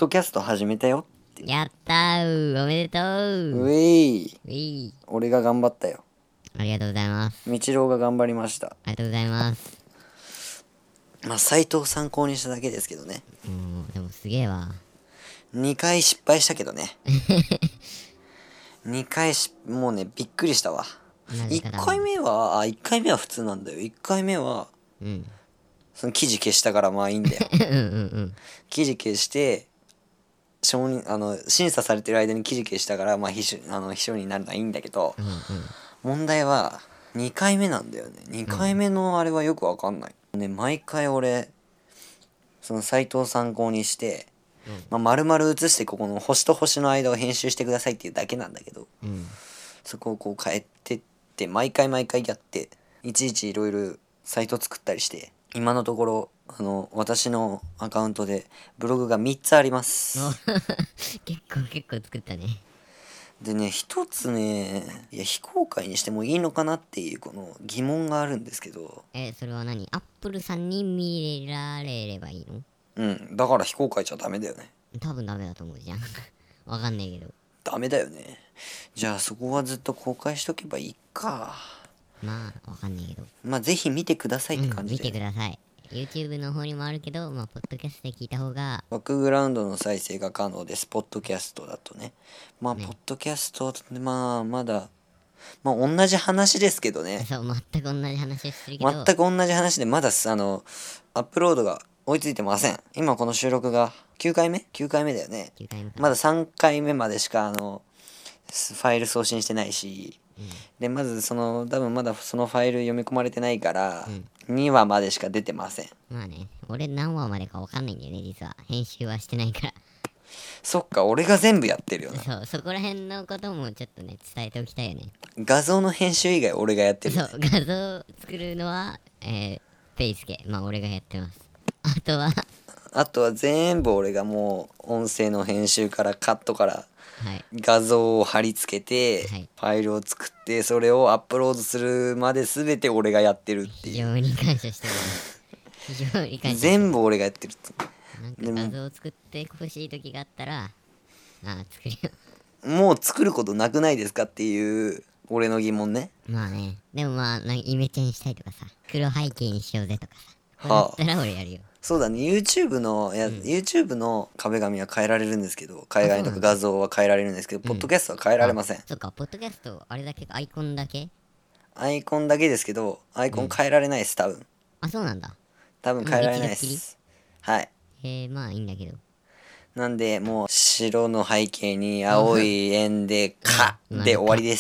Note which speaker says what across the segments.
Speaker 1: ドキャスト始めたよって。
Speaker 2: やったー、おめでとう。
Speaker 1: うえい。
Speaker 2: ウィー。
Speaker 1: 俺が頑張ったよ。
Speaker 2: ありがとうございます。
Speaker 1: みちろうが頑張りました。
Speaker 2: ありがとうございます。
Speaker 1: まあサイトを参考にしただけですけどね。
Speaker 2: でもすげえわ。
Speaker 1: 2回失敗したけどね。2回もうねびっくりしたわ。1回目は1回目は普通なんだよ。1回目はその記事消したからまあいいんだよ。記事消して審査されてる間に記事消したからまあ秘書になるのはいいんだけど、問題は2回目なんだよね。2回目のあれはよくわかんない、ね、毎回俺そのサイトを参考にして、丸々写してここの星と星の間を編集してくださいっていうだけなんだけど、そこをこう変えてって毎回やっていちいちいろいろサイト作ったりして、今のところ私のアカウントでブログが3つあります。
Speaker 2: 結構作ったね。
Speaker 1: でね、一つね、いや非公開にしてもいいのかなっていうこの疑問があるんですけど。
Speaker 2: それは何？アップルさんに見られればいいの？
Speaker 1: だから非公開じゃダメだよね。
Speaker 2: 多分ダメだと思うじゃん。わかんないけど。
Speaker 1: ダメだよね。じゃあそこはずっと公開しとけばいいか。
Speaker 2: まあわかんないけど。
Speaker 1: まあぜひ見てくださいって感じで、
Speaker 2: 見てください。YouTube の方にもあるけど、ポッドキャストで聞いた方が。
Speaker 1: バックグラウンドの再生が可能です。ポッドキャストだとね。ポッドキャストってまだ同じ話ですけどね。
Speaker 2: そう、全く同じ話をしてるけど。
Speaker 1: 全く同じ話でまだアップロードが追いついてません。今この収録が9回目だよね。
Speaker 2: 9回目
Speaker 1: まだ3回目までしかファイル送信してないし、でまず多分まだそのファイル読み込まれてないから、2話までしか出てません。
Speaker 2: まあね、俺何話までか分かんないんだよね、実は。編集はしてないから。
Speaker 1: そっか、俺が全部やってるよな。
Speaker 2: そう、そこら辺のこともちょっとね、伝えておきたいよね。
Speaker 1: 画像の編集以外俺がやってる、ね。
Speaker 2: そう、画像作るのは、ペイスケ。俺がやってます。
Speaker 1: あとは全部俺がもう音声の編集からカットから
Speaker 2: はい、
Speaker 1: 画像を貼り付けて、
Speaker 2: はい、
Speaker 1: ファイルを作ってそれをアップロードするまで全て俺がやってるっていう。
Speaker 2: 非常に感謝してます非常に感謝してます。
Speaker 1: 全部俺がやってるって
Speaker 2: なんか画像を作ってほしい時があったら、作るよ。
Speaker 1: もう作ることなくないですかっていう俺の疑問ね。
Speaker 2: まあね、でもなんかイメチェンしたいとかさ、黒背景にしようぜとかさ、こうなったら俺やるよ。
Speaker 1: そうだね。 YouTube の壁紙は変えられるんですけど、海外とか画像は変えられるんですけど、ポッドキャストは変えられません。
Speaker 2: そっか、ポッドキャストあれだけアイコンだけ
Speaker 1: ですけど、アイコン変えられないです、多分。
Speaker 2: そうなんだ。
Speaker 1: 多分変えられないで
Speaker 2: 一度きり
Speaker 1: す。はい。
Speaker 2: まあいいんだけど。
Speaker 1: なんでもう白の背景に青い円で「か」で終わりです。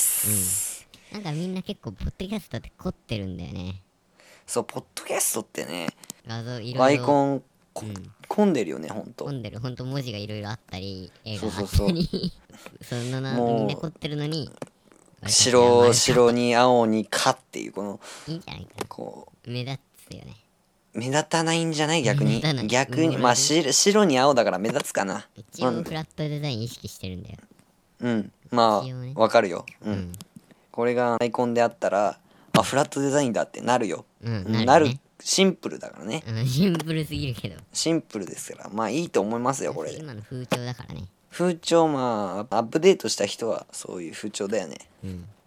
Speaker 2: なんかみんな結構ポッドキャストって凝ってるんだよね。
Speaker 1: そう、ポッドキャストってね、
Speaker 2: 画像いろいろ
Speaker 1: アイコン混んでるよね、ほんと。
Speaker 2: 混んでる。ほんと文字がいろいろあったり、絵があ
Speaker 1: そう
Speaker 2: ったりそんなみんな凝ってるのに、
Speaker 1: 白に青に「か」っていうこの
Speaker 2: いいんじゃないかな。
Speaker 1: こ
Speaker 2: 目立つよね。
Speaker 1: 目立たないんじゃない？逆に
Speaker 2: 目立たない
Speaker 1: 白に青だから目立つかな。
Speaker 2: 一応フラットデザイン意識してるんだよ。
Speaker 1: 一応ね、わかるよ。これがアイコンであったらフラットデザインだってなるよ。なる。シンプルだからね。
Speaker 2: シンプルすぎるけど。
Speaker 1: シンプルですからまあいいと思いますよ、これで。
Speaker 2: 今の風潮だからね。
Speaker 1: 風潮、アップデートした人はそういう風潮だよね。